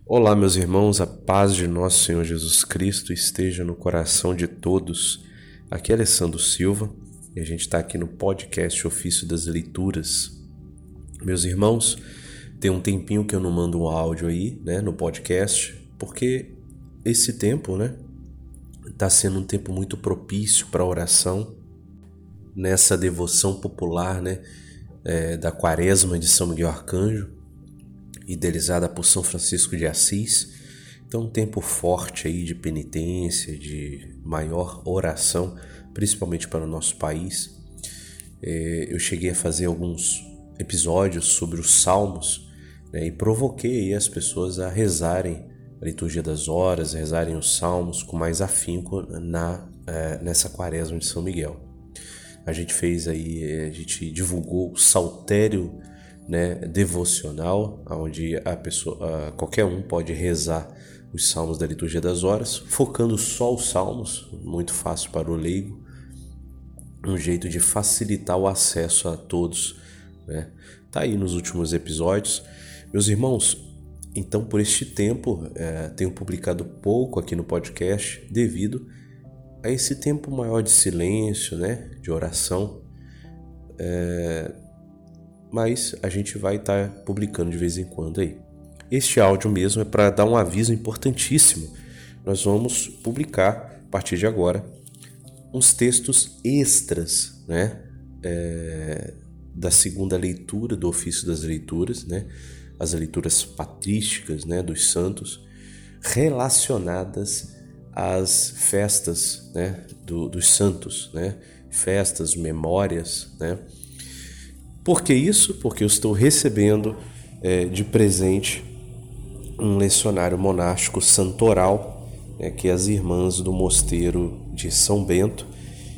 Olá, meus irmãos, a paz de nosso Senhor Jesus Cristo esteja no coração de todos. Aqui é Alessandro Silva e a gente está aqui no podcast Ofício das Leituras. Meus irmãos, tem um tempinho que eu não mando um áudio aí, no podcast, porque esse tempo, está sendo um tempo muito propício para a oração, nessa devoção popular, da Quaresma de São Miguel Arcanjo, idealizada por São Francisco de Assis. Então, um tempo forte aí de penitência, de maior oração, principalmente para o nosso país. Eu cheguei a fazer alguns episódios sobre os Salmos, e provoquei aí as pessoas a rezarem a liturgia das horas, a rezarem os Salmos com mais afinco nessa Quaresma de São Miguel. A gente divulgou o Saltério devocional, onde qualquer um pode rezar os salmos da liturgia das horas, focando só os salmos, muito fácil para o leigo, um jeito de facilitar o acesso a todos, Tá aí nos últimos episódios, meus irmãos. Então, por este tempo, tenho publicado pouco aqui no podcast devido a esse tempo maior de silêncio, de oração. Mas a gente vai estar publicando de vez em quando aí. Este áudio mesmo é para dar um aviso importantíssimo. Nós vamos publicar, a partir de agora, uns textos extras, da segunda leitura do Ofício das Leituras, as leituras patrísticas, dos santos, relacionadas às festas, dos santos, festas, memórias, Por que isso? Porque eu estou recebendo de presente um lecionário monástico santoral, que as irmãs do mosteiro de São Bento,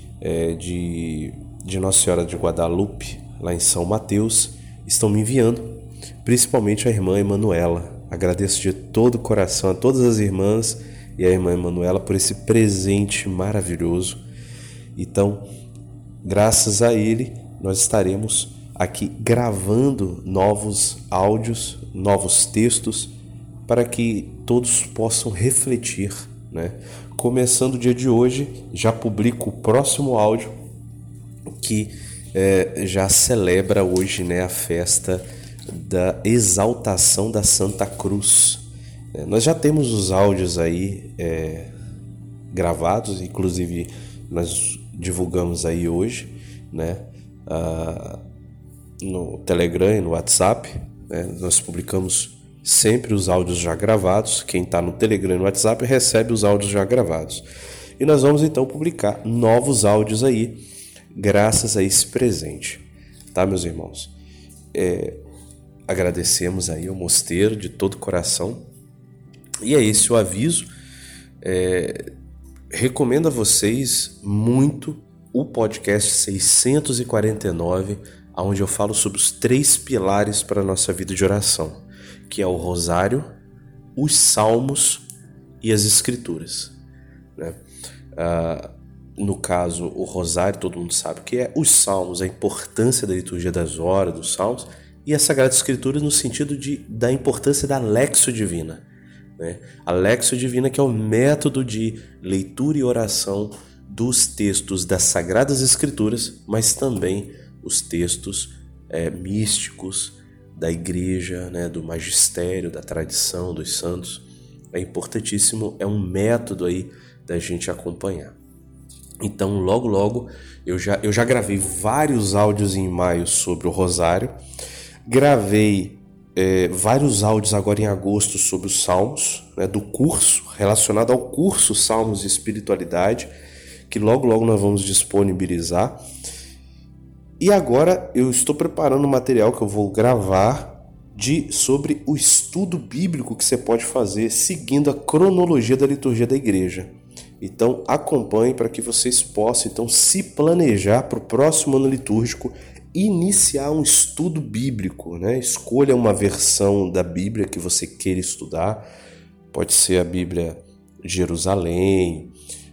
de Nossa Senhora de Guadalupe, lá em São Mateus, estão me enviando, principalmente a irmã Emanuela. Agradeço de todo o coração a todas as irmãs e a irmã Emanuela por esse presente maravilhoso. Então, graças a ele, nós estaremos aqui gravando novos áudios, novos textos, para que todos possam refletir, Começando o dia de hoje, já publico o próximo áudio, que já celebra hoje, a festa da exaltação da Santa Cruz. Nós já temos os áudios aí gravados, inclusive nós divulgamos aí hoje, no Telegram e no WhatsApp, nós publicamos sempre os áudios já gravados. Quem está no Telegram e no WhatsApp recebe os áudios já gravados. E nós vamos então publicar novos áudios aí, graças a esse presente, tá, meus irmãos? Agradecemos aí ao mosteiro de todo o coração. E é esse o aviso. Recomendo a vocês muito o podcast 649, onde eu falo sobre os 3 pilares para a nossa vida de oração, que é o rosário, os salmos e as escrituras, no caso, o rosário, todo mundo sabe o que é, os salmos, a importância da liturgia das horas, dos salmos, e a Sagrada Escritura no sentido da importância da Lexio Divina, A Lexio Divina, que é o método de leitura e oração dos textos das Sagradas Escrituras, mas também os textos místicos da igreja, do magistério, da tradição dos santos. É importantíssimo, é um método aí da gente acompanhar. Então, logo, eu já gravei vários áudios em maio sobre o rosário, gravei vários áudios agora em agosto sobre os salmos, do curso, relacionado ao curso Salmos e Espiritualidade, que logo nós vamos disponibilizar. E agora eu estou preparando um material que eu vou gravar sobre o estudo bíblico que você pode fazer seguindo a cronologia da liturgia da igreja. Então acompanhe para que vocês possam então se planejar para o próximo ano litúrgico, iniciar um estudo bíblico, Escolha uma versão da Bíblia que você queira estudar. Pode ser a Bíblia de Jerusalém,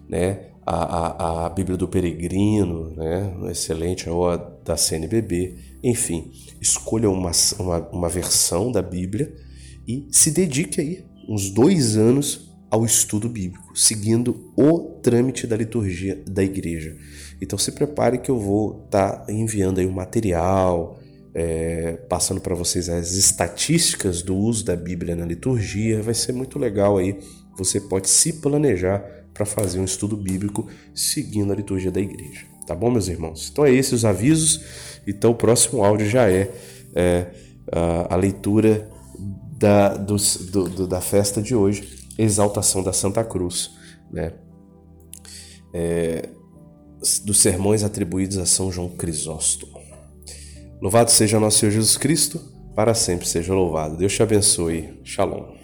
a Bíblia do Peregrino, excelente, ou a da CNBB, enfim, escolha uma versão da Bíblia e se dedique aí uns 2 anos ao estudo bíblico, seguindo o trâmite da liturgia da igreja. Então se prepare que eu vou estar enviando aí um material, passando para vocês as estatísticas do uso da Bíblia na liturgia. Vai ser muito legal aí, você pode se planejar para fazer um estudo bíblico seguindo a liturgia da igreja. Tá bom, meus irmãos? Então é esses os avisos. Então o próximo áudio já é a leitura da festa de hoje, Exaltação da Santa Cruz, né? Dos sermões atribuídos a São João Crisóstomo. Louvado seja nosso Senhor Jesus Cristo, para sempre seja louvado. Deus te abençoe. Shalom.